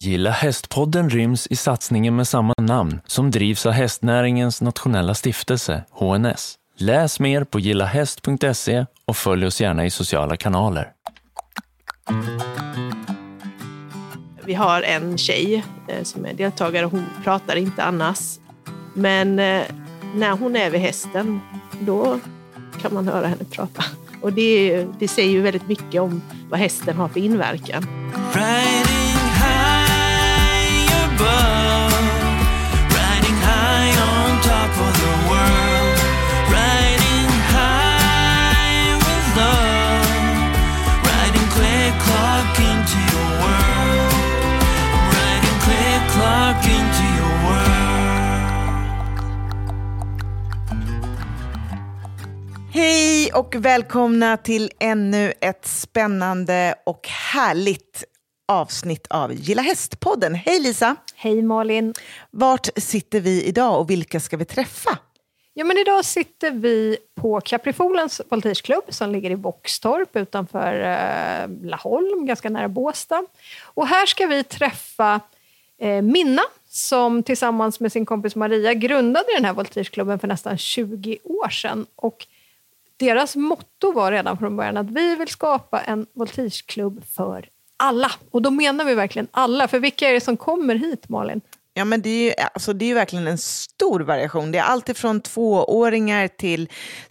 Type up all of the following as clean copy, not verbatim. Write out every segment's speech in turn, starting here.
Gilla Hästpodden ryms i satsningen med samma namn som drivs av hästnäringens nationella stiftelse, HNS. Läs mer på gillahäst.se och följ oss gärna i sociala kanaler. Vi har en tjej som är deltagare, hon pratar inte annars. Men när hon är vid hästen, då kan man höra henne prata. Och det säger ju väldigt mycket om vad hästen har för inverkan. Riding high above, riding high on top of the world, riding high with love, riding quick clock into your world, I'm riding quick clock into your world. Hej och välkomna till ännu ett spännande och härligt avsnitt av Gilla Hästpodden. Hej Lisa! Hej Malin! Vart sitter vi idag och vilka ska vi träffa? Ja, men idag sitter vi på Caprifolens voltigeklubb som ligger i Våxtorp utanför Laholm, ganska nära Båstad. Och här ska vi träffa Minna som tillsammans med sin kompis Maria grundade den här voltigeklubben för nästan 20 år sedan. Och deras motto var redan från början att vi vill skapa en voltigeklubb för alla. Och då menar vi verkligen alla. För vilka är det som kommer hit, Malin? Ja, men det är ju verkligen en stor variation. Det är allt ifrån 2-åringar till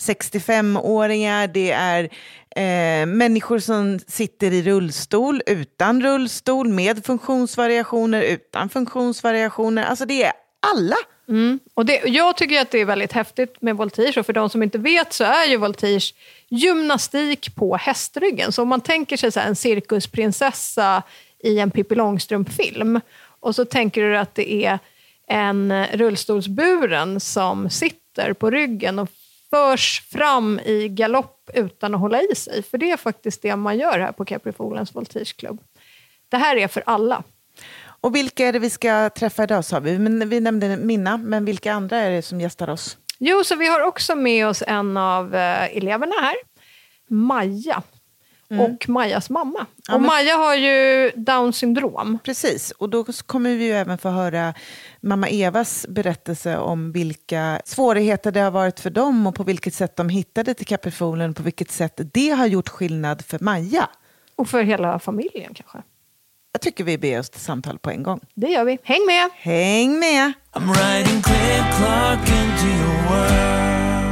65-åringar. Det är människor som sitter i rullstol, utan rullstol, med funktionsvariationer, utan funktionsvariationer. Alltså det är alla. Mm. Och jag tycker att det är väldigt häftigt med voltige. Och för de som inte vet så är ju voltige gymnastik på hästryggen. Så om man tänker sig så här, en cirkusprinsessa i en Pippi Långstrump-film. Och så tänker du att det är en rullstolsburen som sitter på ryggen och förs fram i galopp utan att hålla i sig. För det är faktiskt det man gör här på Caprifolens voltigeklubb. Det här är för alla. Och vilka är det vi ska träffa idag, sa vi? Men vi nämnde Minna, men vilka andra är det som gästar oss? Jo, så vi har också med oss en av eleverna här, Maja. Och Majas mamma. Ja, och men Maja har ju Downs syndrom. Precis, och då kommer vi ju även få höra mamma Evas berättelse om vilka svårigheter det har varit för dem och på vilket sätt de hittade till Caprifolen, på vilket sätt det har gjort skillnad för Maja. Och för hela familjen kanske. Jag tycker vi ber oss till samtal på en gång. Det gör vi. Häng med! Häng med! I'm riding quick clock into your world.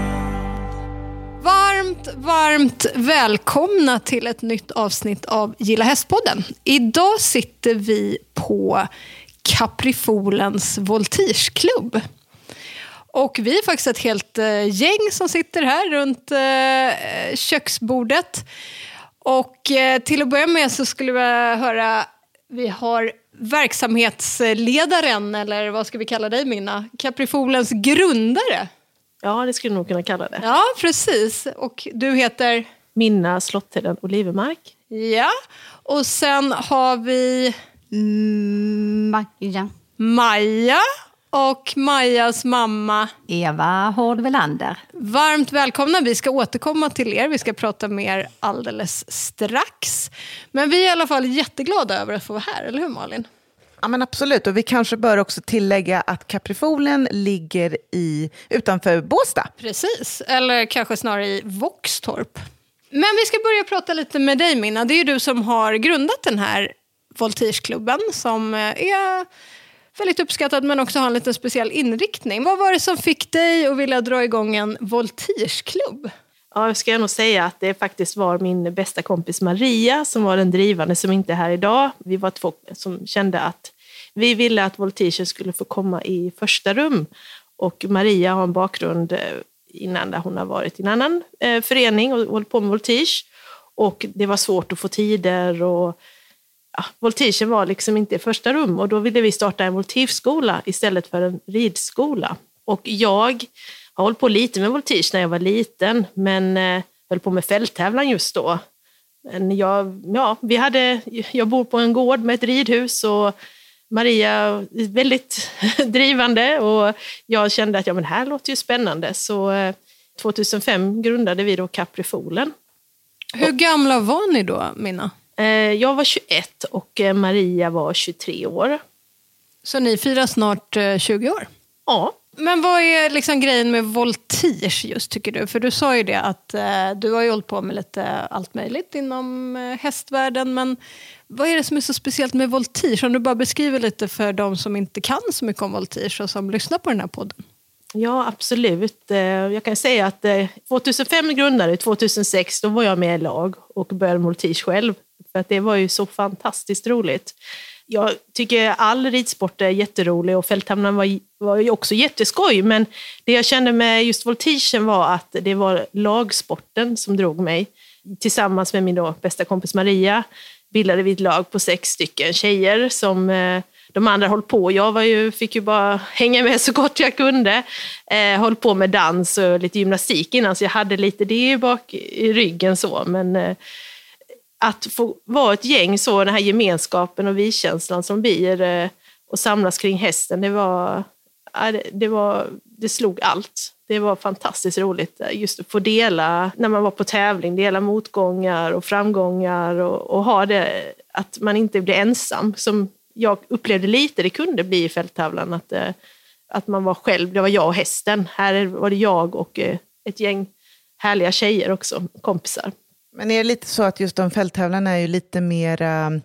Varmt välkomna till ett nytt avsnitt av Gilla Hästpodden. Idag sitter vi på Caprifolens voltigeklubb. Och vi är faktiskt ett helt gäng som sitter här runt köksbordet. Och till att börja med så skulle vi höra, vi har verksamhetsledaren, eller vad ska vi kalla dig, Minna? Caprifolens grundare. Ja, det skulle nog kunna kalla det. Ja, precis. Och du heter? Minna Slotthäden Olivermark. Ja, och sen har vi Maja och Majas mamma Eva Hårdvelander. Varmt välkomna, vi ska återkomma till er. Vi ska prata mer alldeles strax. Men vi är i alla fall jätteglada över att få vara här, eller hur Malin? Ja, men absolut, och vi kanske bör också tillägga att Caprifolen ligger utanför Båstad. Precis, eller kanske snarare i Våxtorp. Men vi ska börja prata lite med dig, Minna. Det är ju du som har grundat den här voltigeklubben som är väldigt uppskattad men också har en liten speciell inriktning. Vad var det som fick dig att vilja dra igång en voltigeklubb? Ja, jag ska nog säga att det faktiskt var min bästa kompis Maria som var den drivande, som inte är här idag. Vi var två som kände att vi ville att voltigen skulle få komma i första rum. Och Maria har en bakgrund innan där hon har varit i en annan förening och hållit på med voltige. Och det var svårt att få tider och voltigen var liksom inte i första rum. Och då ville vi starta en voltigeskola istället för en ridskola. Och jag har hållit på lite med voltige när jag var liten, men höll på med fälttävlan just då. Men jag bor på en gård med ett ridhus och Maria är väldigt drivande och jag kände att men här låter ju spännande. Så 2005 grundade vi då Caprifolen. Hur gamla var ni då, Minna? Jag var 21 och Maria var 23 år. Så ni firar snart 20 år? Ja. Men vad är liksom grejen med voltige just, tycker du? För du sa ju det att du har ju hållit på med lite allt möjligt inom hästvärlden. Men vad är det som är så speciellt med voltige? Om du bara beskriver lite för de som inte kan så mycket om voltige och som lyssnar på den här podden. Ja, absolut. Jag kan säga att 2005 grundade, 2006 då var jag med i lag och började voltige själv. För att det var ju så fantastiskt roligt. Jag tycker all ridsport är jätterolig och fälttävlan var ju också jätteskoj. Men det jag kände med just voltigen var att det var lagsporten som drog mig. Tillsammans med min då bästa kompis Maria bildade vi ett lag på 6 stycken tjejer som de andra höll på. Jag fick ju bara hänga med så gott jag kunde. Höll på med dans och lite gymnastik innan, så jag hade lite det bak i ryggen så. Men att få vara ett gäng, så den här gemenskapen och vi-känslan som blir och samlas kring hästen, det slog allt. Det var fantastiskt roligt just att få dela, när man var på tävling, dela motgångar och framgångar och ha det, att man inte blir ensam, som jag upplevde lite det kunde bli i fälttävlan, att man var själv, det var jag och hästen. Här var det jag och ett gäng härliga tjejer också, kompisar. Men är det lite så att just de fälttävlarna är ju lite mer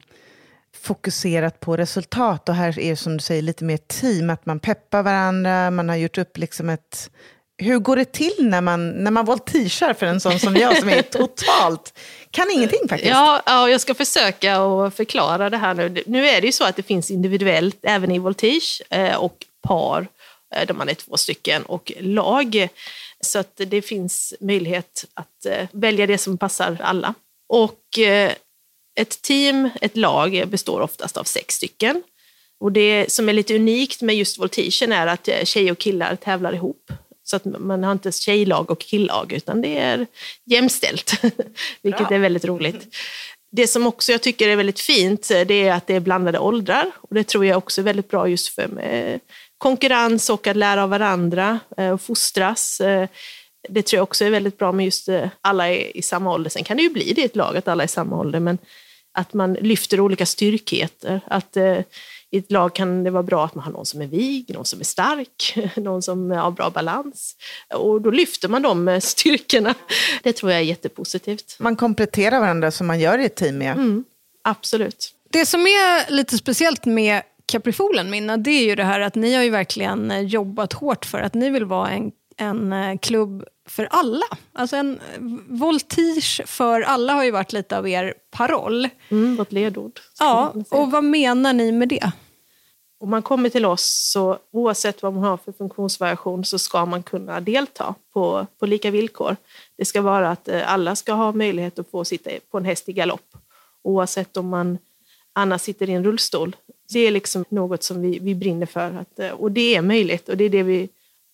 fokuserat på resultat, och här är det som du säger lite mer team, att man peppar varandra, man har gjort upp liksom ett... Hur går det till när man voltigear för en sån som jag som är totalt kan ingenting faktiskt? Ja, jag ska försöka att förklara det här nu. Nu är det ju så att det finns individuellt även i voltige och par där man är 2 stycken och lag. Så att det finns möjlighet att välja det som passar alla. Och ett team, ett lag består oftast av 6 stycken. Och det som är lite unikt med just voltigen är att tjejer och killar tävlar ihop. Så att man har inte tjejlag och killag, utan det är jämställt, vilket är väldigt roligt. Det som också jag tycker är väldigt fint, det är att det är blandade åldrar. Och det tror jag också är väldigt bra just för konkurrens och att lära av varandra och fostras. Det tror jag också är väldigt bra med just alla i samma ålder. Sen kan det ju bli det i ett lag att alla är i samma ålder, men att man lyfter olika styrkheter. Att i ett lag kan det vara bra att man har någon som är vig, någon som är stark, någon som har bra balans. Och då lyfter man de styrkorna. Det tror jag är jättepositivt. Man kompletterar varandra som man gör i ett team med. Absolut. Det som är lite speciellt med Caprifolen, Minna, det är ju det här att ni har ju verkligen jobbat hårt för att ni vill vara en klubb för alla. Alltså en voltige för alla har ju varit lite av er paroll. Vårt ledord. Ja, och vad menar ni med det? Om man kommer till oss, så oavsett vad man har för funktionsvariation, så ska man kunna delta på lika villkor. Det ska vara att alla ska ha möjlighet att få sitta på en häst i galopp. Oavsett om man annars sitter i en rullstol. Det är liksom något som vi brinner för. Och det är möjligt, och det är det vi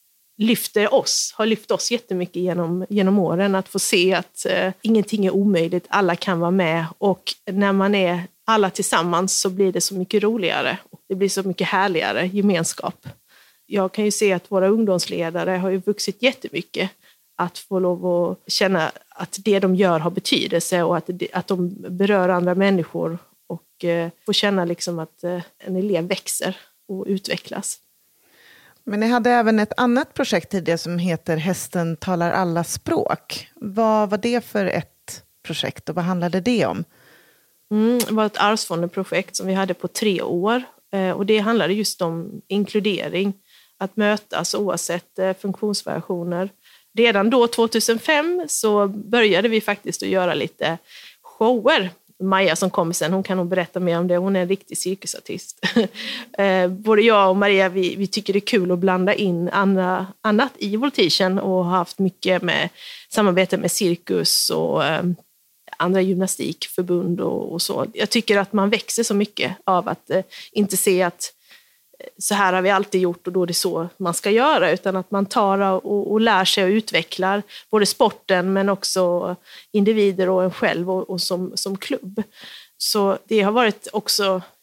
har lyft oss jättemycket genom åren, att få se att ingenting är omöjligt, alla kan vara med, och när man är alla tillsammans så blir det så mycket roligare och det blir så mycket härligare gemenskap. Jag kan ju se att våra ungdomsledare har ju vuxit jättemycket, att få lov att känna att det de gör har betydelse och att de berör andra människor, och få känna liksom att en elev växer och utvecklas. Men ni hade även ett annat projekt tidigare som heter Hästen talar alla språk. Vad var det för ett projekt och vad handlade det om? Det var ett arvsfondenprojekt som vi hade på 3 år. Och det handlade just om inkludering. Att mötas oavsett funktionsvariationer. Redan då 2005 så började vi faktiskt att göra lite shower. Maja som kommer sen, hon kan nog berätta mer om det. Hon är en riktig cirkusartist. Både jag och Maria, vi tycker det är kul att blanda in annat i voltigen och har haft mycket med samarbete med cirkus och andra gymnastikförbund och så. Jag tycker att man växer så mycket av att inte se att så här har vi alltid gjort och då är det så man ska göra, utan att man tar och lär sig och utvecklar både sporten men också individer och en själv och som klubb. Så det har varit också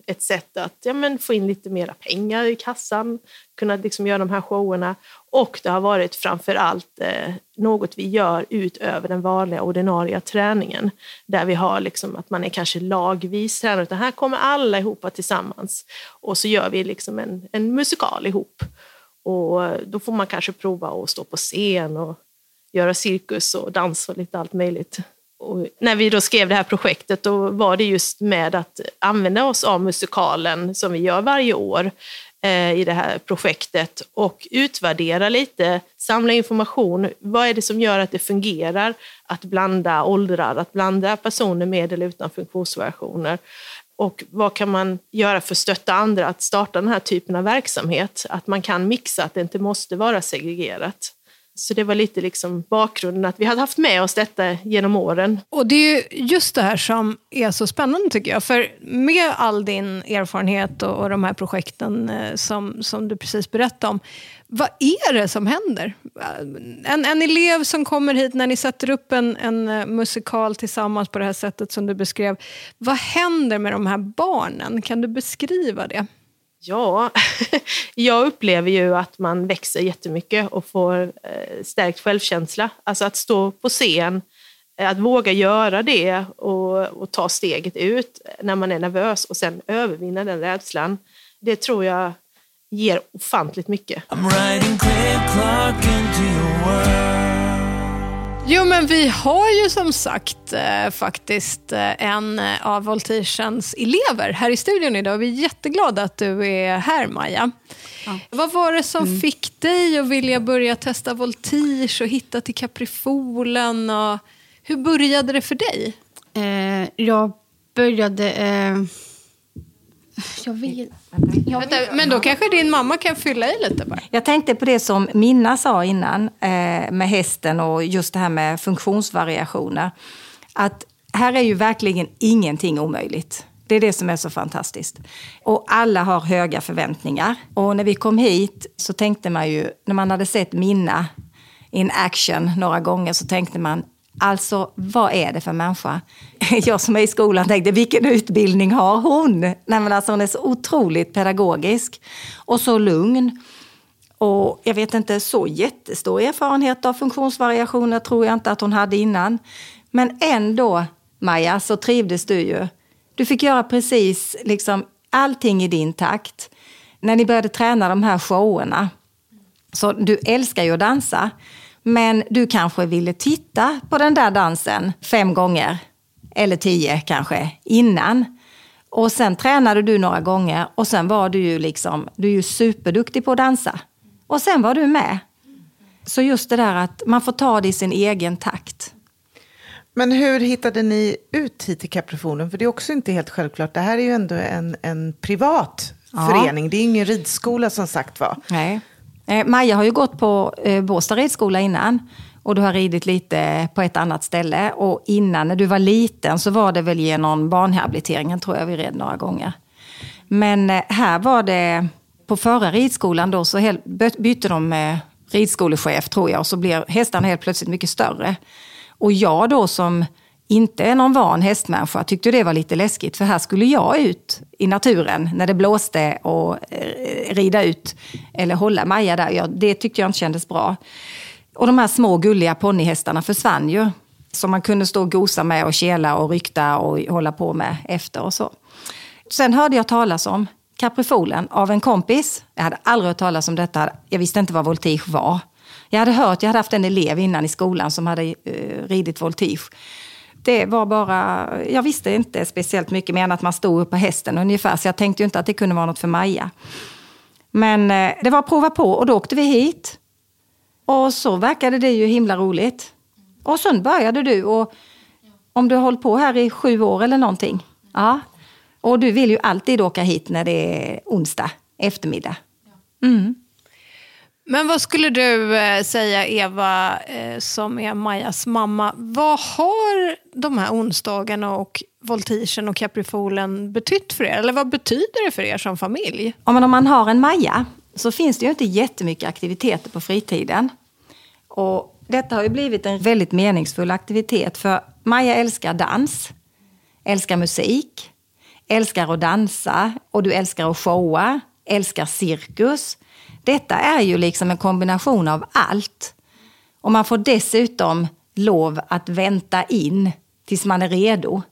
ett sätt att få in lite mera pengar i kassan, kunna liksom göra de här showerna. Och det har varit framförallt något vi gör utöver den vanliga ordinarie träningen. Där vi har liksom att man är kanske lagvis tränare, utan här kommer alla ihop tillsammans. Och så gör vi liksom en musikal ihop. Och då får man kanske prova att stå på scen och göra cirkus och dans och lite allt möjligt. Och när vi då skrev det här projektet, då var det just med att använda oss av musikalen som vi gör varje år i det här projektet och utvärdera lite, samla information. Vad är det som gör att det fungerar att blanda åldrar, att blanda personer med eller utan funktionsvariationer? Och vad kan man göra för att stötta andra att starta den här typen av verksamhet? Att man kan mixa, att det inte måste vara segregerat. Så det var lite liksom bakgrunden, att vi hade haft med oss detta genom åren. Och det är just det här som är så spännande tycker jag. För med all din erfarenhet och de här projekten som du precis berättade om, vad är det som händer? En elev som kommer hit när ni sätter upp en musikal tillsammans på det här sättet som du beskrev. Vad händer med de här barnen? Kan du beskriva det? Ja, jag upplever ju att man växer jättemycket och får stärkt självkänsla. Alltså att stå på scen, att våga göra det och ta steget ut när man är nervös och sen övervinna den rädslan. Det tror jag ger ofantligt mycket. I'm riding clear clock into your world. Jo, men vi har ju som sagt faktiskt en av Voltigeurs elever här i studion idag. Vi är jätteglada att du är här, Maja. Ja. Vad var det som fick dig att vilja börja testa Voltige och hitta till Caprifolen? Och hur började det för dig? Jag började... Men då kanske din mamma kan fylla i lite bara. Jag tänkte på det som Minna sa innan med hästen och just det här med funktionsvariationer. Att här är ju verkligen ingenting omöjligt. Det är det som är så fantastiskt. Och alla har höga förväntningar. Och när vi kom hit så tänkte man ju, när man hade sett Minna in action några gånger, så tänkte man, alltså, vad är det för människa? Jag som är i skolan tänkte, vilken utbildning har hon? Nej, men alltså, hon är så otroligt pedagogisk och så lugn. Och jag vet inte, så jättestor erfarenhet av funktionsvariationer tror jag inte att hon hade innan. Men ändå, Maja, så trivdes du ju. Du fick göra precis liksom allting i din takt. När ni började träna de här showerna, så du älskar ju att dansa. Men du kanske ville titta på den där dansen 5 gånger, eller 10 kanske, innan. Och sen tränade du några gånger och sen var du ju liksom, du är ju superduktig på att dansa. Och sen var du med. Så just det där att man får ta det i sin egen takt. Men hur hittade ni ut hit till Caprifolen? För det är också inte helt självklart. Det här är ju ändå en privat förening. Det är ingen ridskola som sagt var. Nej. Maja har ju gått på Båstad ridskola innan. Och du har ridit lite på ett annat ställe. Och innan, när du var liten, så var det väl genom barnhabiliteringen, tror jag vi red några gånger. Men här var det, på förra ridskolan då, så bytte de ridskolechef, tror jag. Och så blev hästarna helt plötsligt mycket större. Och jag då, som inte är någon van hästmänniska, tyckte det var lite läskigt. För här skulle jag ut i naturen när det blåste och rida ut eller hålla Maja där. Det tyckte jag inte kändes bra. Och de här små gulliga ponnyhästarna försvann ju. Som man kunde stå och gosa med och kela och rykta och hålla på med efter och så. Sen hörde jag talas om Caprifolen av en kompis. Jag hade aldrig hört talas om detta. Jag visste inte vad Voltige var. Jag hade haft en elev innan i skolan som hade ridit Voltige. Det var bara, jag visste inte speciellt mycket mer än att man stod upp på hästen ungefär. Så jag tänkte ju inte att det kunde vara något för Maja. Men det var att prova på och då åkte vi hit. Och så verkade det ju himla roligt. Och sen började du, och om du har hållit på här i 7 år eller någonting. Ja. Och du vill ju alltid åka hit när det är onsdag eftermiddag. Mm. Men vad skulle du säga, Eva, som är Majas mamma? Vad har de här onsdagarna och Voltigen och Caprifolen betytt för er? Eller vad betyder det för er som familj? Om man har en Maja så finns det ju inte jättemycket aktiviteter på fritiden. Och detta har ju blivit en väldigt meningsfull aktivitet. För Maja älskar dans, älskar musik, älskar att dansa och du älskar att showa, älskar cirkus. Detta är ju liksom en kombination av allt. Och man får dessutom lov att vänta in tills man är redo.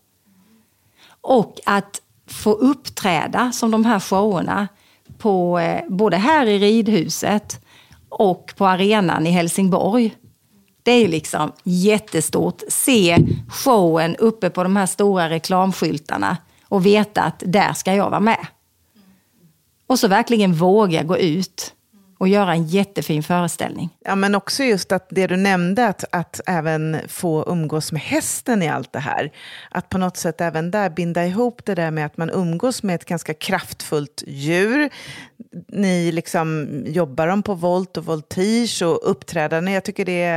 Och att få uppträda som de här showerna på, både här i ridhuset och på arenan i Helsingborg. Det är ju liksom jättestort. Se showen uppe på de här stora reklamskyltarna och veta att där ska jag vara med. Och så verkligen våga gå ut och göra en jättefin föreställning. Ja, men också just att det du nämnde, att även få umgås med hästen i allt det här. Att på något sätt även där binda ihop det där med att man umgås med ett ganska kraftfullt djur. Ni liksom jobbar dem på volt och voltige och uppträdande. Jag tycker det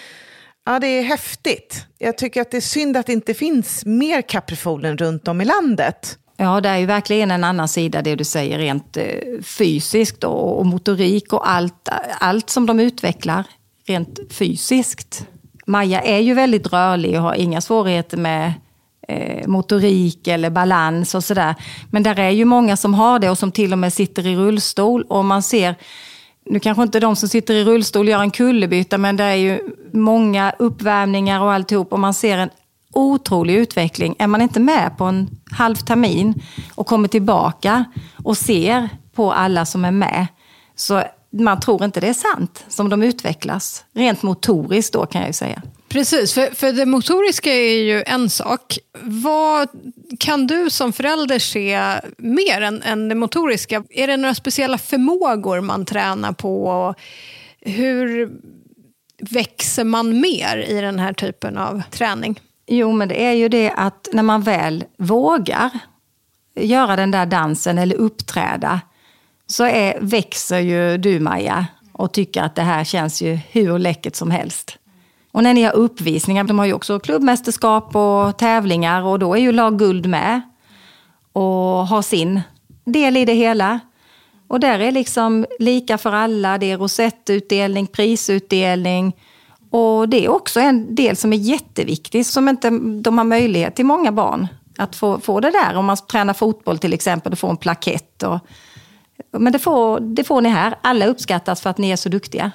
är häftigt. Jag tycker att det är synd att det inte finns mer Caprifolen runt om i landet. Ja, det är ju verkligen en annan sida det du säger rent fysiskt och motorik och allt som de utvecklar rent fysiskt. Maja är ju väldigt rörlig och har inga svårigheter med motorik eller balans och sådär. Men där är ju många som har det och som till och med sitter i rullstol. Och man ser, nu kanske inte de som sitter i rullstol gör en kullerbytta, men det är ju många uppvärmningar och alltihop och man ser en otrolig utveckling. Är man inte med på en halv termin och kommer tillbaka och ser på alla som är med, så man tror inte det är sant som de utvecklas. Rent motoriskt då kan jag ju säga. Precis, för det motoriska är ju en sak. Vad kan du som förälder se mer än det motoriska? Är det några speciella förmågor man tränar på? Hur växer man mer i den här typen av träning? Jo, men det är ju det att när man väl vågar göra den där dansen eller uppträda, så växer ju du, Maja, och tycker att det här känns ju hur läckert som helst. Och när ni har uppvisningar, de har ju också klubbmästerskap och tävlingar, och då är ju lag guld med och har sin del i det hela. Och där är liksom lika för alla, det är rosettutdelning, prisutdelning. Och det är också en del som är jätteviktig, som inte de har möjlighet till många barn att få det där. Om man tränar fotboll till exempel, då får en plakett. Men det får ni här. Alla uppskattas för att ni är så duktiga.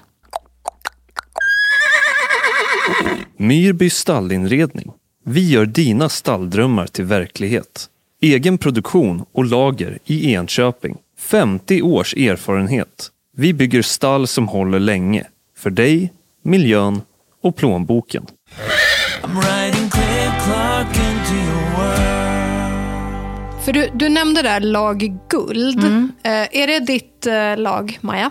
Myrby stallinredning. Vi gör dina stalldrömmar till verklighet. Egen produktion och lager i Enköping. 50 års erfarenhet. Vi bygger stall som håller länge. För dig, miljön och plånboken. I'm riding clear clock into your world. För du nämnde där lag guld. Är det ditt lag, Maja?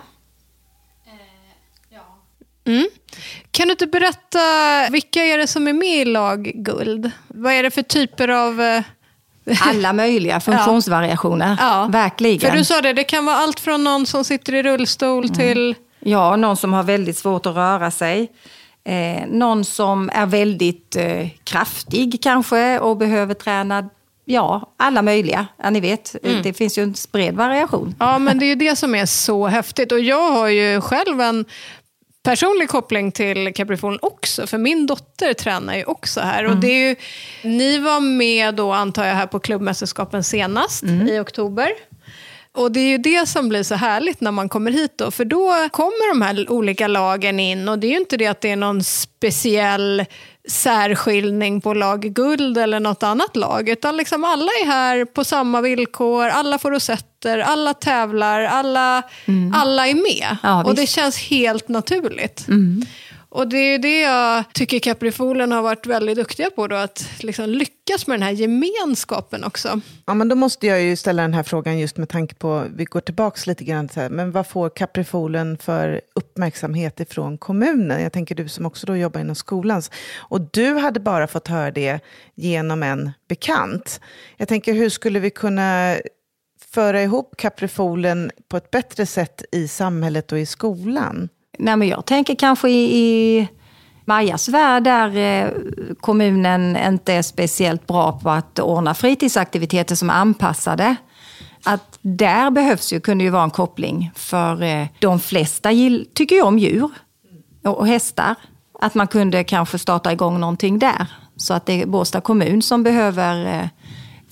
Ja. Kan du inte berätta, vilka är det som är med i lag guld? Vad är det för typer av... Alla möjliga funktionsvariationer, verkligen. För du sa det kan vara allt från någon som sitter i rullstol till... Ja, någon som har väldigt svårt att röra sig. Någon som är väldigt kraftig kanske och behöver träna. Ja, alla möjliga. Ja, ni vet, det finns ju en bred variation. Ja, men det är ju det som är så häftigt. Och jag har ju själv en personlig koppling till Caprifolen också. För min dotter tränar ju också här. Och det är ju, ni var med då, antar jag, här på klubbmästerskapen senast i oktober. Och det är ju det som blir så härligt när man kommer hit då. För då kommer de här olika lagen in. Och det är ju inte det att det är någon speciell särskiljning på lag guld eller något annat lag. Utan liksom alla är här på samma villkor. Alla får rosetter, alla tävlar, alla är med. Ja, och det känns helt naturligt. Och det är det jag tycker Caprifolen har varit väldigt duktiga på då, att liksom lyckas med den här gemenskapen också. Ja, men då måste jag ju ställa den här frågan just med tanke på, vi går tillbaka lite grann så här, men vad får Caprifolen för uppmärksamhet ifrån kommunen? Jag tänker du som också då jobbar inom skolan. Och du hade bara fått höra det genom en bekant. Jag tänker, hur skulle vi kunna föra ihop Caprifolen på ett bättre sätt i samhället och i skolan? Nej, men jag tänker kanske i Majas värld där kommunen inte är speciellt bra på att ordna fritidsaktiviteter som är anpassade. Att där kunde ju vara en koppling, för de flesta tycker ju om djur och hästar. Att man kunde kanske starta igång någonting där. Så att det är Båstad kommun som behöver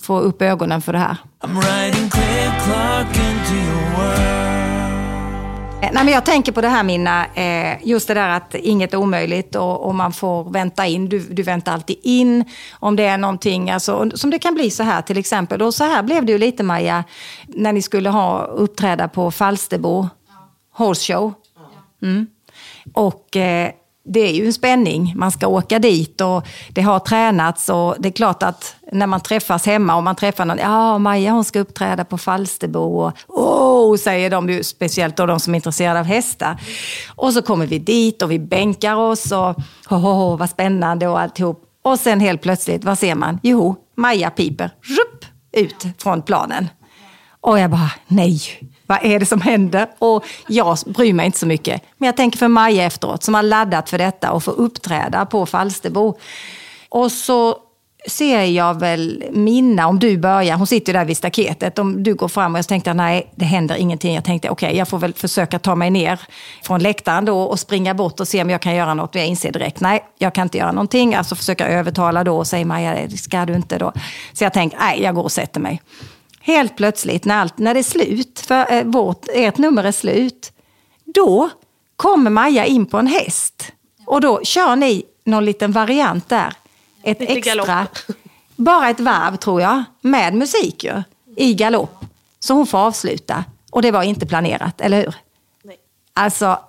få upp ögonen för det här. I'm riding clear clock into your world. Nej, men jag tänker på det här, Minna, just det där att inget är omöjligt och man får vänta in. Du väntar alltid in om det är någonting, alltså, som det kan bli så här till exempel. Och så här blev det ju lite, Maja, när ni skulle uppträda på Falsterbo Horse Show. Och det är ju en spänning. Man ska åka dit och det har tränats och det är klart att när man träffas hemma och man träffar någon, Maja hon ska uppträda på Falsterbo och säger de ju, speciellt då de som är intresserade av hästar. Och så kommer vi dit och vi bänkar oss och vad spännande och alltihop. Och sen helt plötsligt, vad ser man? Jo, Maja piper ut från planen. Och jag bara, nej, vad är det som händer? Och jag bryr mig inte så mycket. Men jag tänker för Maja efteråt som har laddat för detta och får uppträda på Falsterbo. Och så ser jag väl Minna, om du börjar, hon sitter där vid staketet, om du går fram och jag tänkte nej, det händer ingenting. Jag tänkte okej, jag får väl försöka ta mig ner från läktaren då och springa bort och se om jag kan göra något. Och jag inser direkt, nej, jag kan inte göra någonting. Alltså försöka övertala då och säga Maja, det ska du inte då. Så jag tänkte, nej, jag går och sätter mig. Helt plötsligt, när det är slut, för ert nummer är slut, då kommer Maja in på en häst. Och då kör ni någon liten variant där. Ett lite extra, galopp. bara ett varv tror jag, med musik ju, i galopp. Så hon får avsluta. Och det var inte planerat, eller hur? Nej. Alltså,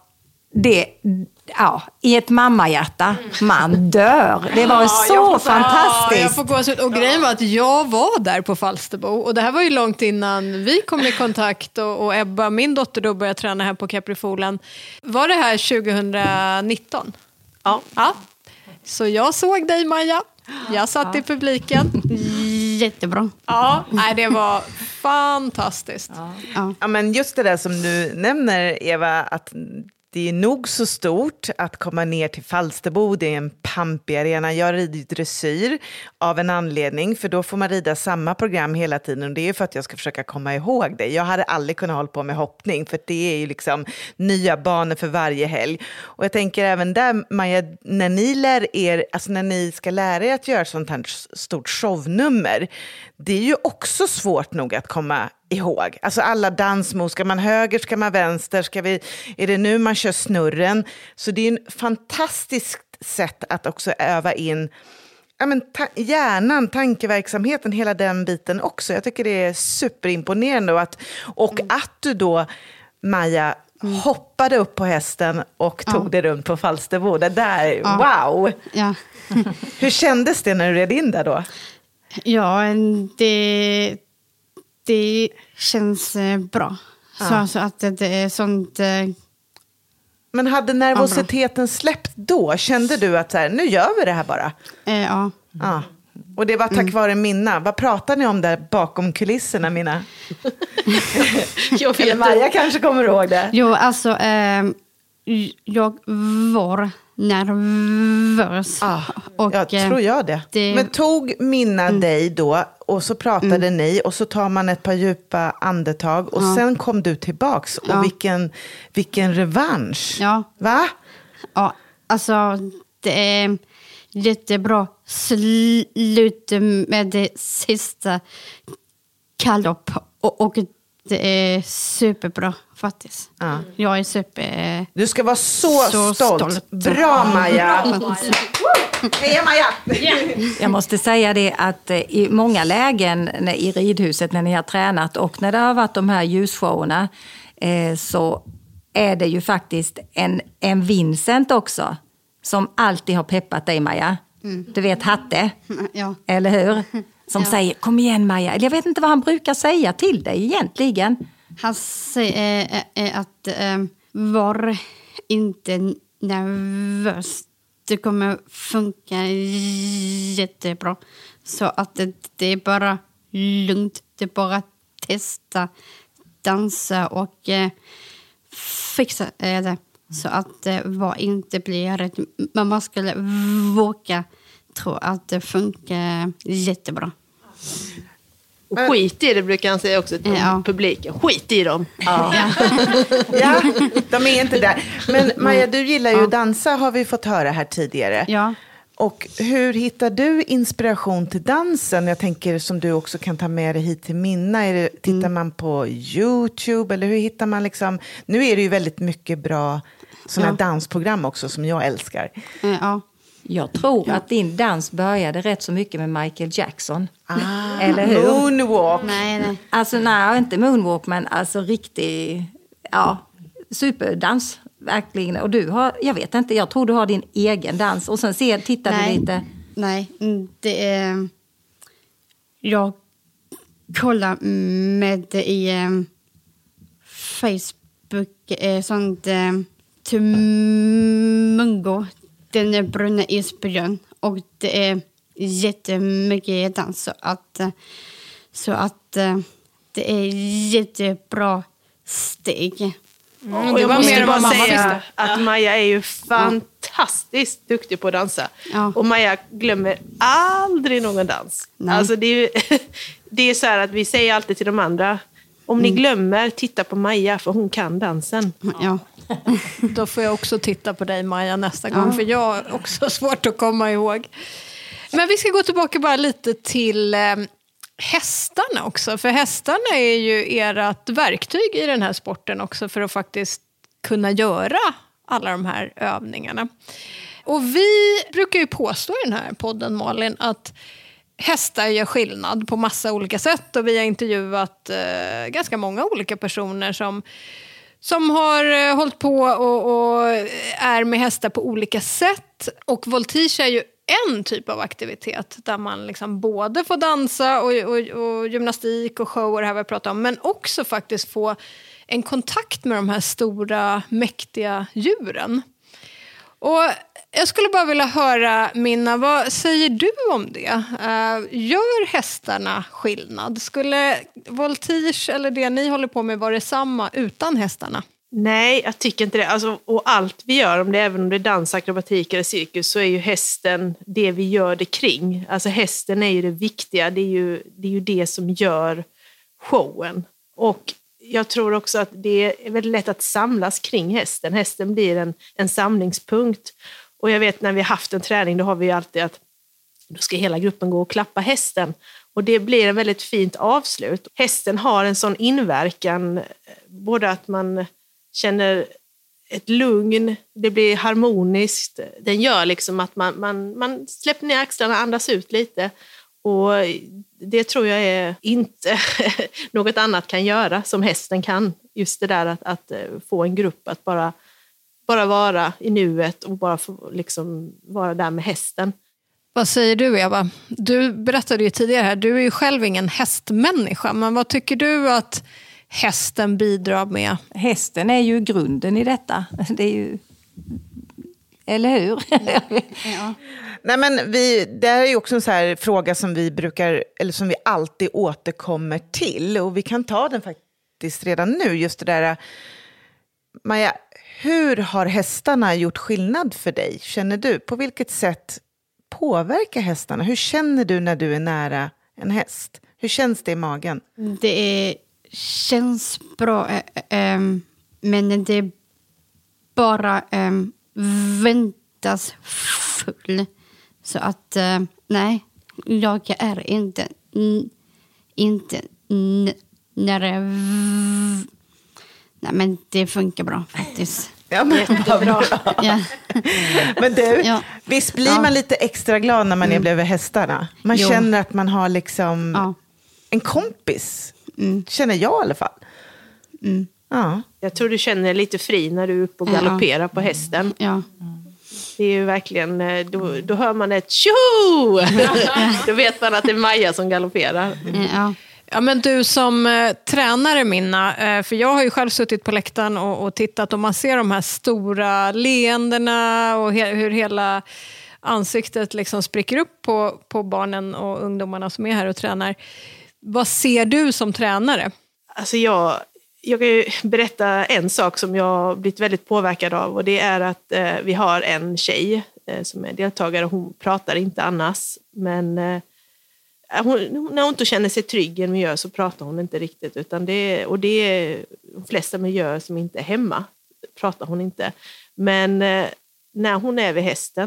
i ett mammahjärta, man dör. Det var så fantastiskt. Jag får gå ut. Och grejen var att jag var där på Falsterbo. Och det här var ju långt innan vi kom i kontakt. Och Ebba, min dotter, då började träna här på Caprifolen. Var det här 2019? Ja. Så jag såg dig, Maja. Jag satt i publiken. Jättebra. Ja, nej, det var fantastiskt. Ja, men just det där som du nämner, Eva, att det är nog så stort att komma ner till Falsterbo. Det är en pampig arena. Jag rider dressyr av en anledning, för då får man rida samma program hela tiden. Och det är för att jag ska försöka komma ihåg det. Jag hade aldrig kunnat hålla på med hoppning, för det är ju liksom nya banor för varje helg. Och jag tänker även där, Maja, när ni lär er, alltså när ni ska lära er att göra sånt här stort shownummer, det är ju också svårt nog att komma ihåg. Alltså alla dansmos, ska man höger, ska man vänster, är det nu man kör snurren? Så det är en fantastiskt sätt att också öva in hjärnan, tankeverksamheten, hela den biten också. Jag tycker det är superimponerande och att du då, Maja, hoppade upp på hästen och tog det runt på Falsterbo. Det där, wow! Ja. Hur kändes det när du red in där då? Ja, det känns bra. Så att det är sånt... Men hade nervositeten släppt då? Kände du att så här, nu gör vi det här bara? Ja. Ja. Och det var tack vare Minna. Vad pratar ni om där bakom kulisserna, Minna? Eller Maja kanske kommer ihåg det. Jo, alltså jag var nervös. Och, jag tror jag det. Men tog Minna dig då och så pratade ni och så tar man ett par djupa andetag och sen kom du tillbaks och vilken revansch. Ja. Va? Ja, alltså det är jättebra slut med det sista galopp och det är superbra faktiskt. Ja. Jag är Du ska vara så stolt. Bra, Maja. Heja, Maja. Jag måste säga det att i många lägen i ridhuset när ni har tränat och när det har varit de här ljusshowerna så är det ju faktiskt en Vincent också som alltid har peppat dig, Maja. Du vet Hatte, eller hur? Som säger, kom igen Maja. Jag vet inte vad han brukar säga till dig egentligen. Han säger att var inte nervös. Det kommer funka jättebra. Så att det är bara lugnt. Det är bara testa, dansa och fixa det. Så att det inte blir rätt. Men man skulle våga tro att det funkar jättebra. Och skit i det brukar han säga också till publiken. Skit i dem. Ja, de är inte där. Men Maja, du gillar ju att dansa, har vi fått höra här tidigare. Ja. Och hur hittar du inspiration till dansen? Jag tänker som du också kan ta med dig hit till Minna. Tittar man på YouTube eller hur hittar man liksom... Nu är det ju väldigt mycket bra sådana dansprogram också som jag älskar. Ja. Jag tror att din dans började rätt så mycket med Michael Jackson. Eller hur? Moonwalk. Nej. Alltså nej, inte moonwalk, men alltså riktig superdans. Verkligen. Och du har, jag vet inte, jag tror du har din egen dans. Och sen tittar du lite. Nej, det är... Jag kollar med i Facebook sånt Tumungo. Den är brunna isbjörn. Och det är jättemycket dans. Så att det är jättebra steg. Och jag måste bara säga att Maja är ju fantastiskt duktig på att dansa. Ja. Och Maja glömmer aldrig någon dans. Alltså det är så här att vi säger alltid till de andra, om ni glömmer, titta på Maja för hon kan dansen. Ja. Då får jag också titta på dig, Maja, nästa gång. För jag har också svårt att komma ihåg. Men vi ska gå tillbaka bara lite till hästarna också. För hästarna är ju ert verktyg i den här sporten också för att faktiskt kunna göra alla de här övningarna. Och vi brukar ju påstå i den här podden, Malin, att hästar gör skillnad på massa olika sätt. Och vi har intervjuat ganska många olika personer som har hållit på och är med hästar på olika sätt. Och voltige är ju en typ av aktivitet där man liksom både får dansa och gymnastik och show och det här vi pratar om, men också faktiskt få en kontakt med de här stora, mäktiga djuren. Och jag skulle bara vilja höra, Minna, vad säger du om det? Gör hästarna skillnad? Skulle voltige eller det ni håller på med vara detsamma utan hästarna? Nej, jag tycker inte det. Alltså, och allt vi gör, även om det är dans, akrobatik eller cirkus, så är ju hästen det vi gör det kring. Alltså hästen är ju det viktiga. Det är ju det som gör showen. Och jag tror också att det är väldigt lätt att samlas kring hästen. Hästen blir en samlingspunkt. Och jag vet när vi har haft en träning, då har vi alltid att då ska hela gruppen gå och klappa hästen. Och det blir en väldigt fint avslut. Hästen har en sån inverkan, både att man känner ett lugn, det blir harmoniskt. Den gör liksom att man släpper ner axlarna, andas ut lite. Och det tror jag är inte något annat kan göra som hästen kan. Just det där att få en grupp att bara vara i nuet och bara få liksom vara där med hästen. Vad säger du, Eva? Du berättade ju tidigare här, du är ju själv ingen hästmänniska, men vad tycker du att hästen bidrar med? Hästen är ju grunden i detta. Det är ju... Eller hur? Ja. Nej, men det här är ju också en så här fråga som vi som vi alltid återkommer till. Och vi kan ta den faktiskt redan nu. Just det där, Maja, hur har hästarna gjort skillnad för dig? Känner du? På vilket sätt påverkar hästarna? Hur känner du när du är nära en häst? Hur känns det i magen? Det känns bra, men det är bara väntas full. Så att, nej, jag är inte när nej, men det funkar bra faktiskt. Ja, men bra. Ja. Men du, visst blir man lite extra glad när man är bredvid hästarna? Man känner att man har liksom en kompis. Känner jag i alla fall. Ja. Jag tror du känner dig lite fri när du är uppe och galopperar på hästen. Ja. Det är ju verkligen, då hör man ett tjo! Då vet man att det är Maja som galopperar. Ja, men du som tränare, Minna, för jag har ju själv suttit på läktaren och tittat och man ser de här stora leendena och hur hela ansiktet liksom spricker upp på barnen och ungdomarna som är här och tränar. Vad ser du som tränare? Alltså jag kan ju berätta en sak som jag har blivit väldigt påverkad av, och det är att vi har en tjej som är deltagare. Hon pratar inte annars, men när hon inte känner sig trygg i en miljö så pratar hon inte riktigt, utan det är de flesta miljöer som inte är hemma pratar hon inte. Men när hon är vid hästen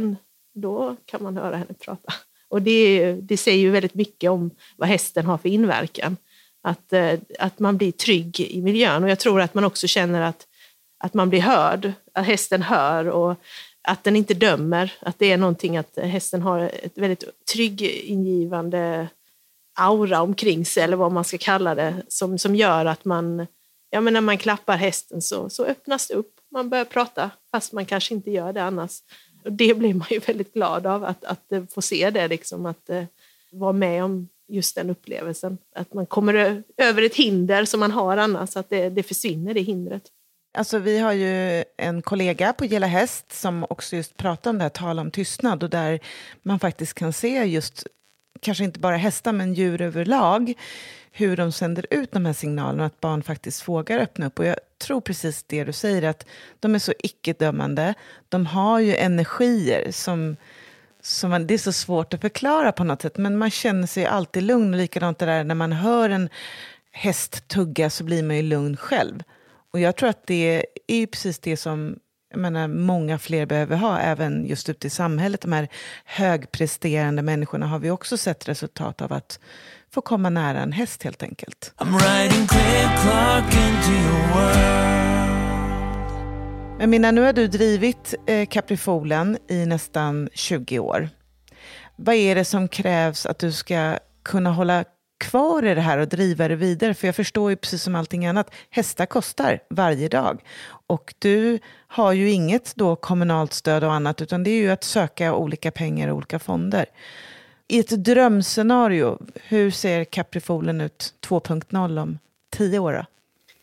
då kan man höra henne prata. Och det säger ju väldigt mycket om vad hästen har för inverkan. Att man blir trygg i miljön. Och jag tror att man också känner att man blir hörd. Att hästen hör och att den inte dömer. Att det är någonting att hästen har ett väldigt tryggingivande aura omkring sig. Eller vad man ska kalla det. Som gör att man, ja, men när man klappar hästen så öppnas det upp. Man börjar prata fast man kanske inte gör det annars. Och det blir man ju väldigt glad av att få se det. Liksom, att vara med om just den upplevelsen. Att man kommer över ett hinder som man har annars. Att det försvinner, det hindret. Alltså vi har ju en kollega på Gilla Häst som också just pratar om det här, tala om tystnad. Och där man faktiskt kan se just, kanske inte bara hästar men djur överlag, hur de sänder ut de här signalerna. Att barn faktiskt vågar öppna upp. Och jag tror precis det du säger, att de är så icke-dömande. De har ju energier som det är så svårt att förklara på något sätt. Men man känner sig alltid lugn. Och likadant det där, när man hör en häst tugga så blir man ju lugn själv. Och jag tror att det är ju precis det som, jag menar, många fler behöver ha. Även just ute i samhället. De här högpresterande människorna har vi också sett resultat av att få komma nära en häst helt enkelt. I'm riding Craig Clark into your world. Men Minna, nu har du drivit Caprifolen i nästan 20 år. Vad är det som krävs att du ska kunna hålla kvar i det här och driva det vidare? För jag förstår ju precis som allting annat, hästar kostar varje dag. Och du har ju inget då kommunalt stöd och annat, utan det är ju att söka olika pengar och olika fonder. I ett drömscenario, hur ser Caprifolen ut 2.0 om 10 år då?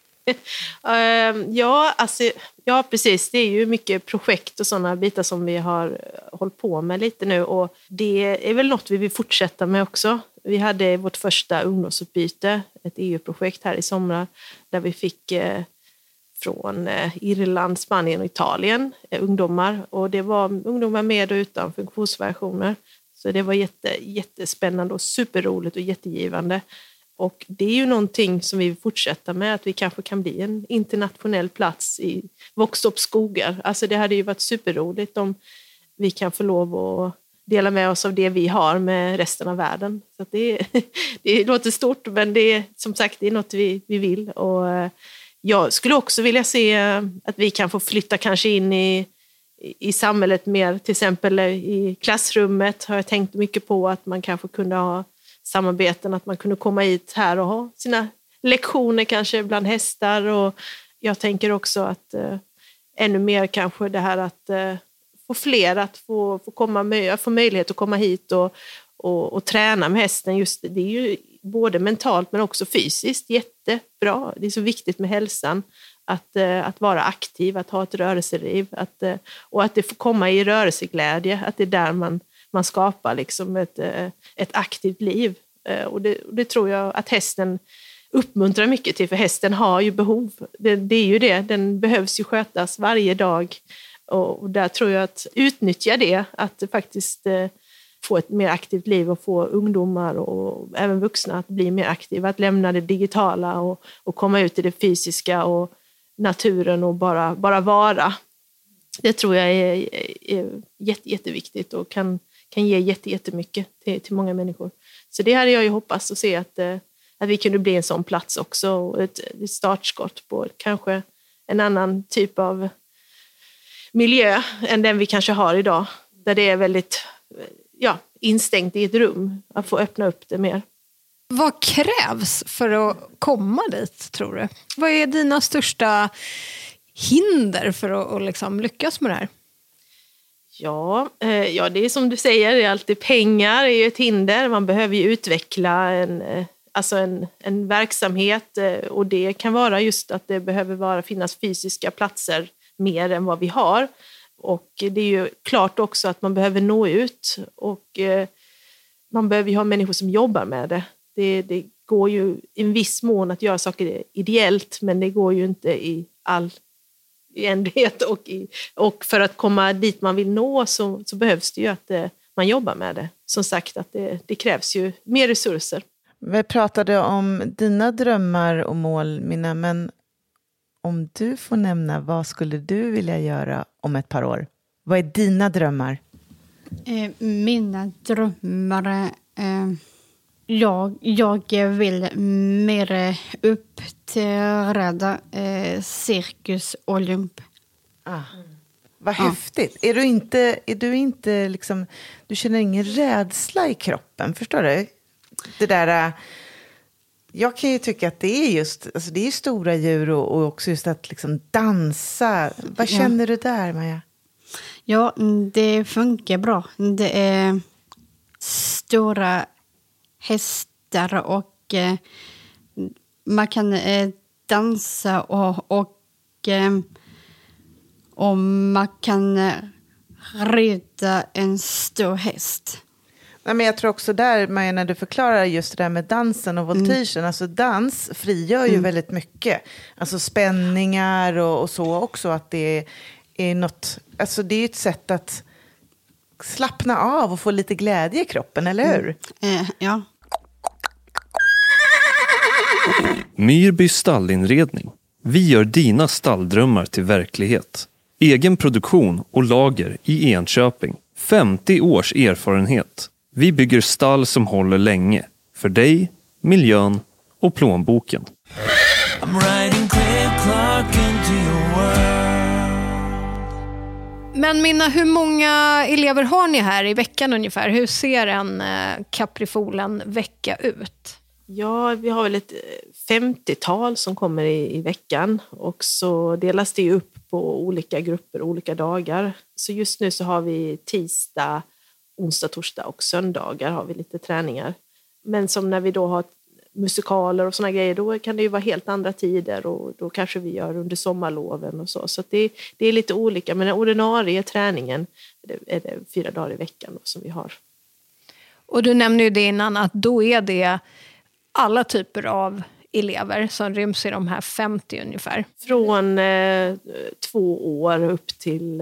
Ja, precis. Det är ju mycket projekt och sådana bitar som vi har hållit på med lite nu. Och det är väl något vi vill fortsätta med också. Vi hade vårt första ungdomsutbyte, ett EU-projekt här i somrar, där vi fick från Irland, Spanien och Italien ungdomar. Och det var ungdomar med och utan funktionsvariationer. Så det var jättespännande och superroligt och jättegivande. Och det är ju någonting som vi vill fortsätta med, att vi kanske kan bli en internationell plats i Våxtorps skogar. Alltså det hade ju varit superroligt om vi kan få lov att dela med oss av det vi har med resten av världen. Så att det låter stort, men det är som sagt det är något vi vill. Och jag skulle också vilja se att vi kan få flytta kanske in i samhället mer, till exempel i klassrummet har jag tänkt mycket på att man kanske kunde ha samarbeten, att man kunde komma hit här och ha sina lektioner kanske bland hästar. Och jag tänker också att ännu mer kanske det här att få fler att få få möjlighet att komma hit och träna med hästen. Just det är ju både mentalt men också fysiskt jättebra. Det är så viktigt med hälsan. Att vara aktiv, att ha ett rörelseliv. Och att det får komma i rörelseglädje. Att det är där man skapar liksom ett aktivt liv. Och det tror jag att hästen uppmuntrar mycket till. För hästen har ju behov. Det är ju det. Den behövs ju skötas varje dag. Och där tror jag att utnyttja det. Att faktiskt få ett mer aktivt liv och få ungdomar och även vuxna att bli mer aktiva. Att lämna det digitala och komma ut i det fysiska och naturen och bara vara. Det tror jag är jätteviktigt och kan ge jättemycket till många människor. Så det hade jag ju hoppats att se att vi kunde bli en sån plats också. Och ett startskott på kanske en annan typ av miljö än den vi kanske har idag. Där det är väldigt instängt i ett rum. Att få öppna upp det mer. Vad krävs för att komma dit, tror du? Vad är dina största hinder för att liksom lyckas med det här? Ja, det är som du säger, det är alltid pengar är ju ett hinder. Man behöver ju utveckla en verksamhet och det kan vara just att det behöver finnas fysiska platser mer än vad vi har. Och det är ju klart också att man behöver nå ut och man behöver ju ha människor som jobbar med det. Det går ju i en viss mån att göra saker ideellt, men det går ju inte i all enhet och för att komma dit man vill nå så behövs det ju att man jobbar med det. Som sagt att det krävs ju mer resurser. Vi pratade om dina drömmar och mål, Minna, men om du får nämna, vad skulle du vilja göra om ett par år? Vad är dina drömmar? Mina drömmar... Jag vill mer uppträda Cirkus Olymp. Vad häftigt. Är du inte liksom, du känner ingen rädsla i kroppen, förstår du? Det där, jag kan ju tycka att det är just, alltså det är stora djur och också just att liksom dansa. Vad känner du där, Maja? Ja, det funkar bra. Det är stora hästar och man kan dansa och man kan rida en stor häst. Nej, men jag tror också där, Maja, när du förklarar just det där med dansen och voltigen. Alltså dans frigör ju väldigt mycket. Alltså spänningar och så också. Att det är något, alltså det är ett sätt att slappna av och få lite glädje i kroppen, eller hur? Ja. Myrby stallinredning. Vi gör dina stalldrömmar till verklighet. Egen produktion och lager i Enköping. 50 års erfarenhet. Vi bygger stall som håller länge. För dig, miljön och plånboken. I'm riding clear clock into your world. Men Minna, hur många elever har ni här i veckan ungefär? Hur ser en Caprifolen-vecka ut? Ja, vi har väl ett 50-tal som kommer i veckan. Och så delas det upp på olika grupper, olika dagar. Så just nu så har vi tisdag, onsdag, torsdag och söndagar har vi lite träningar. Men som när vi då har musikaler och såna grejer, då kan det ju vara helt andra tider. Och då kanske vi gör under sommarloven och så. Så att det är lite olika. Men den ordinarie träningen är det 4 dagar i veckan då, som vi har. Och du nämnde ju det innan att då är det alla typer av elever som ryms i de här 50 ungefär. Från 2 år upp till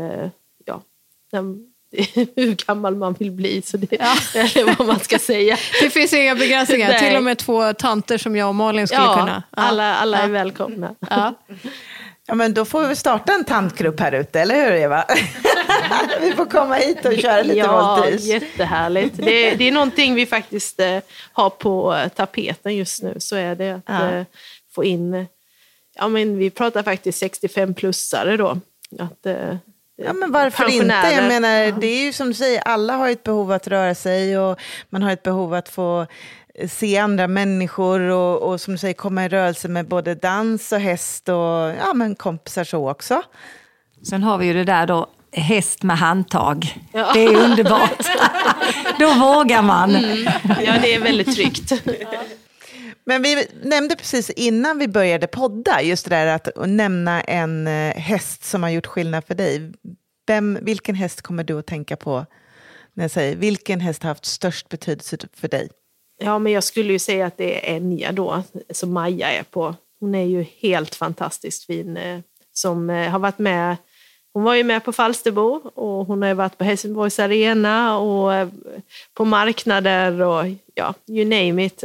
hur gammal man vill bli, så det är vad man ska säga. Det finns inga begränsningar. Nej. Till och med 2 tanter som jag och Malin skulle kunna. Ja. Alla är välkomna. Ja. Ja, men då får vi starta en tantgrupp här ute, eller hur, Eva? Vi får komma hit och köra lite voltige. Ja, jättehärligt. Det är någonting vi faktiskt har på tapeten just nu, så är det att få in, men vi pratar faktiskt 65-plussare då. Ja, men varför inte? Jag menar, det är ju som du säger, alla har ett behov att röra sig och man har ett behov att få se andra människor och som du säger komma i rörelse med både dans och häst och men kompisar så också. Sen har vi ju det där då, häst med handtag. Ja. Det är underbart. Då vågar man. Ja, det är väldigt tryggt. Men vi nämnde precis innan vi började podda just det där att nämna en häst som har gjort skillnad för dig. Vilken häst kommer du att tänka på när jag säger vilken häst har haft störst betydelse för dig? Ja, men jag skulle ju säga att det är Enya då, som Maja är på. Hon är ju helt fantastiskt fin, som har varit med. Hon var ju med på Falsterbo och hon har varit på Helsingborgs arena och på marknader och you name it.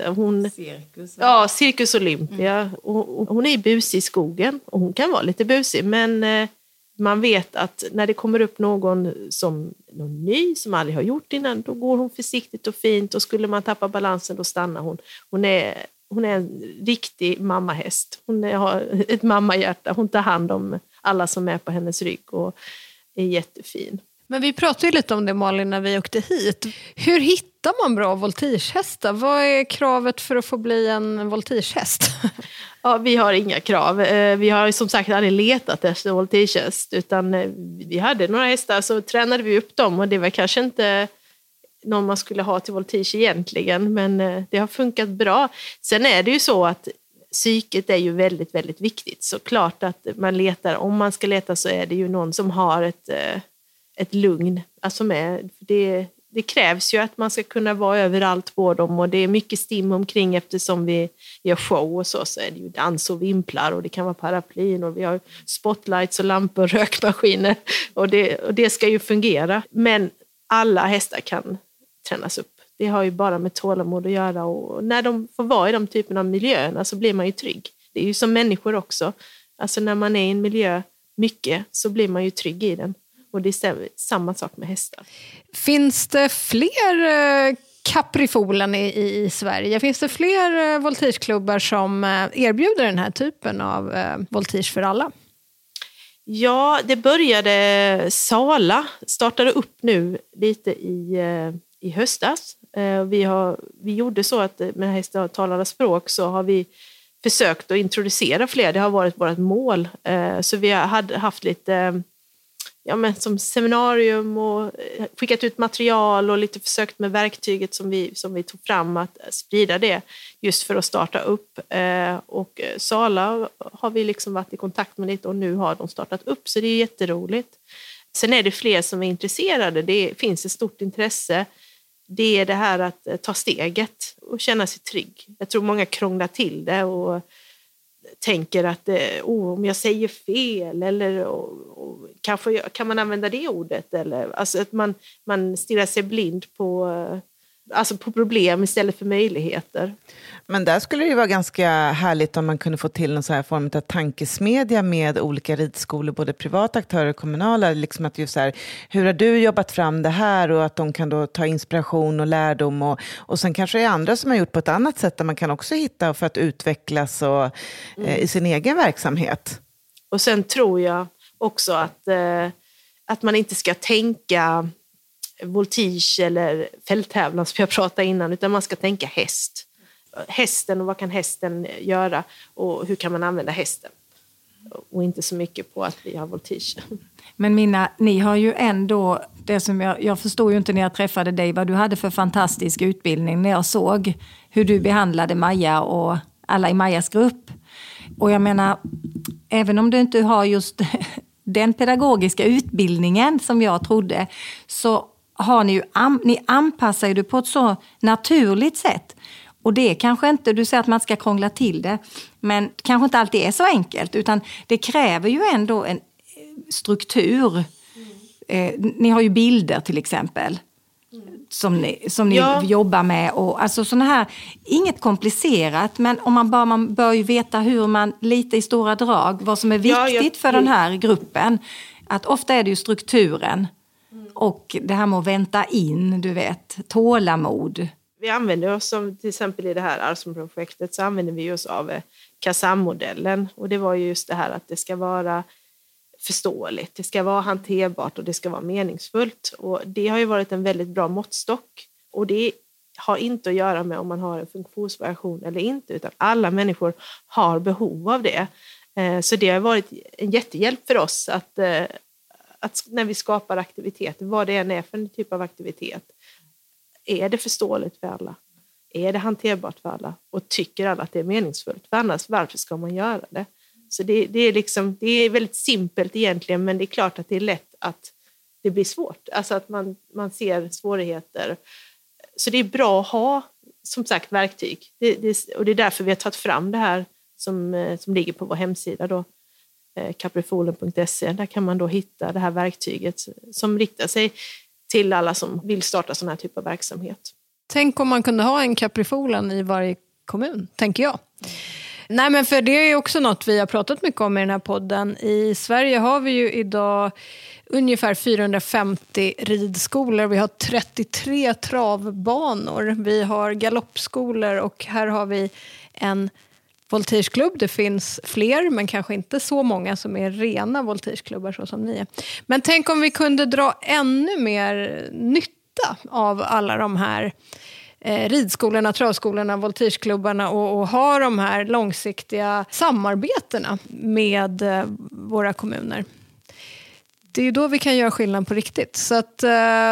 Cirkus Olympia. Och hon är busig i skogen och hon kan vara lite busig, men man vet att när det kommer upp någon ny som aldrig har gjort innan, då går hon försiktigt och fint, och skulle man tappa balansen då stannar hon. Hon är en riktig mammahäst. Hon har ett mammahjärta. Hon tar hand om alla som är på hennes rygg och är jättefin. Men vi pratade ju lite om det, Malin, när vi åkte hit. Hur hittar man bra voltigehästar? Vad är kravet för att få bli en voltigehäst? Ja, vi har inga krav. Vi har som sagt aldrig letat efter voltigehäst, utan vi hade några hästar så tränade vi upp dem, och det var kanske inte någon man skulle ha till voltige egentligen, men det har funkat bra. Sen är det ju så att psyket är ju väldigt, väldigt viktigt. Så klart att man letar, om man ska leta så är det ju någon som har ett lugn. Alltså det krävs ju att man ska kunna vara överallt på dem, och det är mycket stim omkring eftersom vi gör show och så är det ju dans och vimplar och det kan vara paraplyn och vi har spotlights och lampor och rökmaskiner och det ska ju fungera. Men alla hästar kan tränas upp. Det har ju bara med tålamod att göra, och när de får vara i de typerna av miljöerna så blir man ju trygg. Det är ju som människor också. Alltså när man är i en miljö mycket så blir man ju trygg i den. Och det är samma sak med hästar. Finns det fler Caprifolen i Sverige? Finns det fler voltigeklubbar som erbjuder den här typen av voltige för alla? Ja, det började Sala, startade upp nu lite i höstas. Vi gjorde så att med hästtalarnas språk så har vi försökt att introducera fler. Det har varit vårt mål. Så vi har haft lite som seminarium och skickat ut material och lite försökt med verktyget som vi tog fram att sprida det just för att starta upp. Och Sala har vi liksom varit i kontakt med lite och nu har de startat upp, så det är jätteroligt. Sen är det fler som är intresserade. Det finns ett stort intresse. Det är det här att ta steget och känna sig trygg. Jag tror många krånglar till det och tänker att om jag säger fel eller kanske kan man använda det ordet, eller alltså att man stirrar sig blind på problem istället för möjligheter. Men där skulle det ju vara ganska härligt om man kunde få till en så här form av tankesmedja med olika ridskolor, både privata aktörer och kommunala. Liksom att just så här, hur har du jobbat fram det här, och att de kan då ta inspiration och lärdom och sen kanske det är andra som har gjort på ett annat sätt där man kan också hitta för att utvecklas i sin egen verksamhet. Och sen tror jag också att man inte ska tänka voltige eller fälttävlan som jag pratade innan, utan man ska tänka häst. Hästen och vad kan hästen göra och hur kan man använda hästen. Och inte så mycket på att vi har voltige. Men ni har ju ändå, det som jag förstod ju inte när jag träffade dig vad du hade för fantastisk utbildning när jag såg hur du behandlade Maja och alla i Majas grupp. Och jag menar, även om du inte har just den pedagogiska utbildningen som jag trodde, så har ni anpassar ju det på ett så naturligt sätt. Och det är kanske inte, du säger att man ska krångla till det, men kanske inte alltid är så enkelt, utan det kräver ju ändå en struktur. Ni har ju bilder till exempel som ni jobbar med, och alltså såna här, inget komplicerat, men man bör ju veta hur man lite i stora drag, vad som är viktigt för den här gruppen. Att ofta är det ju strukturen och det här med att vänta in, du vet, tålamod. Vi använder oss som till exempel i det här Arsum-projektet så använder vi oss av KASAM-modellen, och det var ju just det här att det ska vara förståeligt, det ska vara hanterbart och det ska vara meningsfullt, och det har ju varit en väldigt bra måttstock, och det har inte att göra med om man har en funktionsvariation eller inte, utan alla människor har behov av det. Så det har varit en jättehjälp för oss att när vi skapar aktiviteter, vad det än är för en typ av aktivitet, är det förståeligt för alla? Är det hanterbart för alla? Och tycker alla att det är meningsfullt? För annars, varför ska man göra det? Så det är väldigt simpelt egentligen, men det är klart att det är lätt att det blir svårt. Alltså att man ser svårigheter. Så det är bra att ha, som sagt, verktyg. Och det är därför vi har tagit fram det här som ligger på vår hemsida då, caprifolen.se. Där kan man då hitta det här verktyget som riktar sig till alla som vill starta sån här typ av verksamhet. Tänk om man kunde ha en Caprifolen i varje kommun, tänker jag. Nej, men för det är också något vi har pratat mycket om i den här podden. I Sverige har vi ju idag ungefär 450 ridskolor. Vi har 33 travbanor. Vi har galoppskolor och här har vi en voltigeklubb. Det finns fler, men kanske inte så många som är rena voltigeklubbar så som ni är. Men tänk om vi kunde dra ännu mer nytta av alla de här ridskolorna, travskolorna, voltigeklubbarna och ha de här långsiktiga samarbetena med våra kommuner. Det är ju då vi kan göra skillnad på riktigt. Så att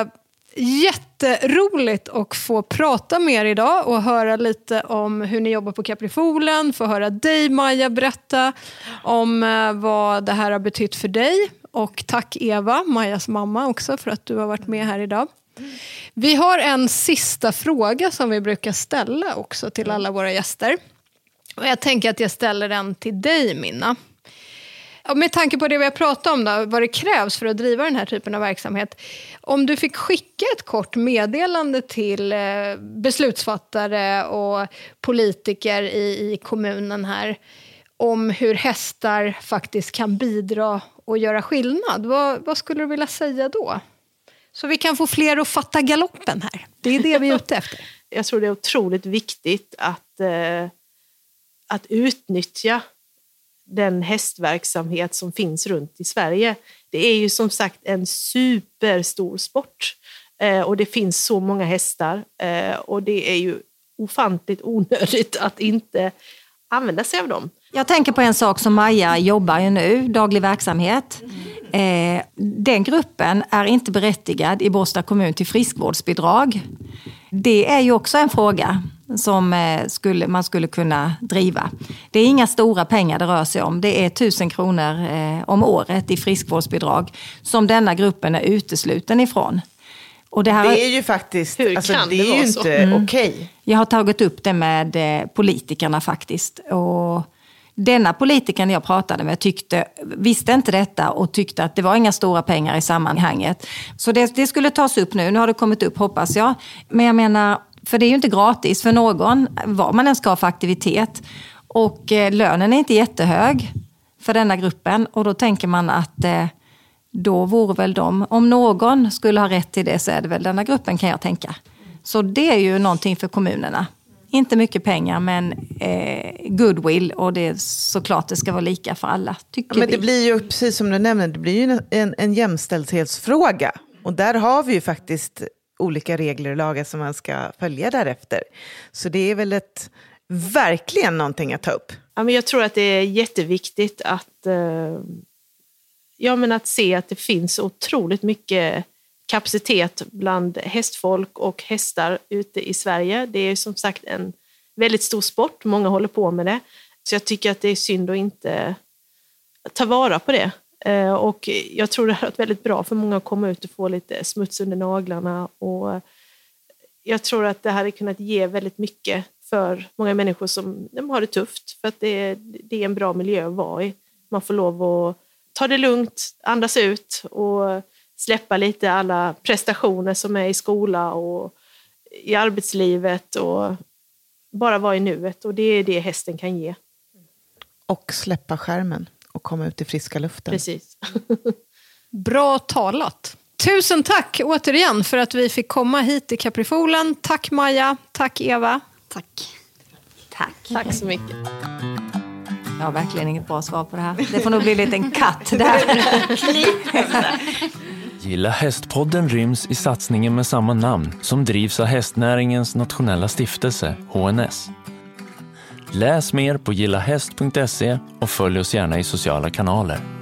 jätteroligt att få prata med er idag och höra lite om hur ni jobbar på Caprifolen, få höra dig, Maja, berätta om vad det här har betytt för dig. Och tack Eva, Majas mamma, också för att du har varit med här idag. Vi har en sista fråga som vi brukar ställa också till alla våra gäster. Och jag tänker att jag ställer den till dig, Minna. Och med tanke på det vi har pratat om då, vad det krävs för att driva den här typen av verksamhet. Om du fick skicka ett kort meddelande till beslutsfattare och politiker i kommunen här om hur hästar faktiskt kan bidra och göra skillnad. Vad skulle du vilja säga då? Så vi kan få fler att fatta galoppen här. Det är det vi är ute efter. Jag tror det är otroligt viktigt att utnyttja den hästverksamhet som finns runt i Sverige. Det är ju som sagt en superstor sport och det finns så många hästar och det är ju ofantligt onödigt att inte använda sig av dem. Jag tänker på en sak som Maja jobbar ju nu, daglig verksamhet. Den gruppen är inte berättigad i Båstad kommun till friskvårdsbidrag. Det är ju också en fråga som man skulle kunna driva. Det är inga stora pengar det rör sig om. Det är 1000 kronor om året i friskvårdsbidrag som denna gruppen är utesluten ifrån. Och det är ju faktiskt, alltså, kan det är ju inte okej. Jag har tagit upp det med politikerna faktiskt. Och denna politikern jag pratade med visste inte detta och tyckte att det var inga stora pengar i sammanhanget. Så det skulle tas upp nu. Nu har det kommit upp, hoppas jag. Men jag menar, för det är ju inte gratis för någon vad man än ska ha för aktivitet. Och lönen är inte jättehög för denna gruppen. Och då tänker man att då vore väl om någon skulle ha rätt till det så är det väl denna gruppen, kan jag tänka. Så det är ju någonting för kommunerna. Inte mycket pengar, men goodwill, och det är såklart det ska vara lika för alla, tycker vi. Men det blir ju, precis som du nämner, det blir ju en jämställdhetsfråga. Och där har vi ju faktiskt olika regler och lagar som man ska följa därefter. Så det är väl verkligen någonting att ta upp. Ja, men jag tror att det är jätteviktigt att se att det finns otroligt mycket kapacitet bland hästfolk och hästar ute i Sverige. Det är som sagt en väldigt stor sport. Många håller på med det. Så jag tycker att det är synd att inte ta vara på det. Och jag tror det har varit väldigt bra för många att komma ut och få lite smuts under naglarna. Och jag tror att det hade kunnat ge väldigt mycket för många människor som har det tufft. För att det är en bra miljö att vara i. Man får lov att ta det lugnt, andas ut och släppa lite alla prestationer som är i skola och i arbetslivet och bara vara i nuet. Och det är det hästen kan ge. Och släppa skärmen och komma ut i friska luften. Precis. Bra talat. Tusen tack återigen för att vi fick komma hit till Caprifolen. Tack Maja, tack Eva. Tack. Tack så mycket. Jag har verkligen inget bra svar på det här. Det får nog bli en liten katt där. Gilla hästpodden ryms i satsningen med samma namn som drivs av hästnäringens nationella stiftelse, HNS. Läs mer på gillahäst.se och följ oss gärna i sociala kanaler.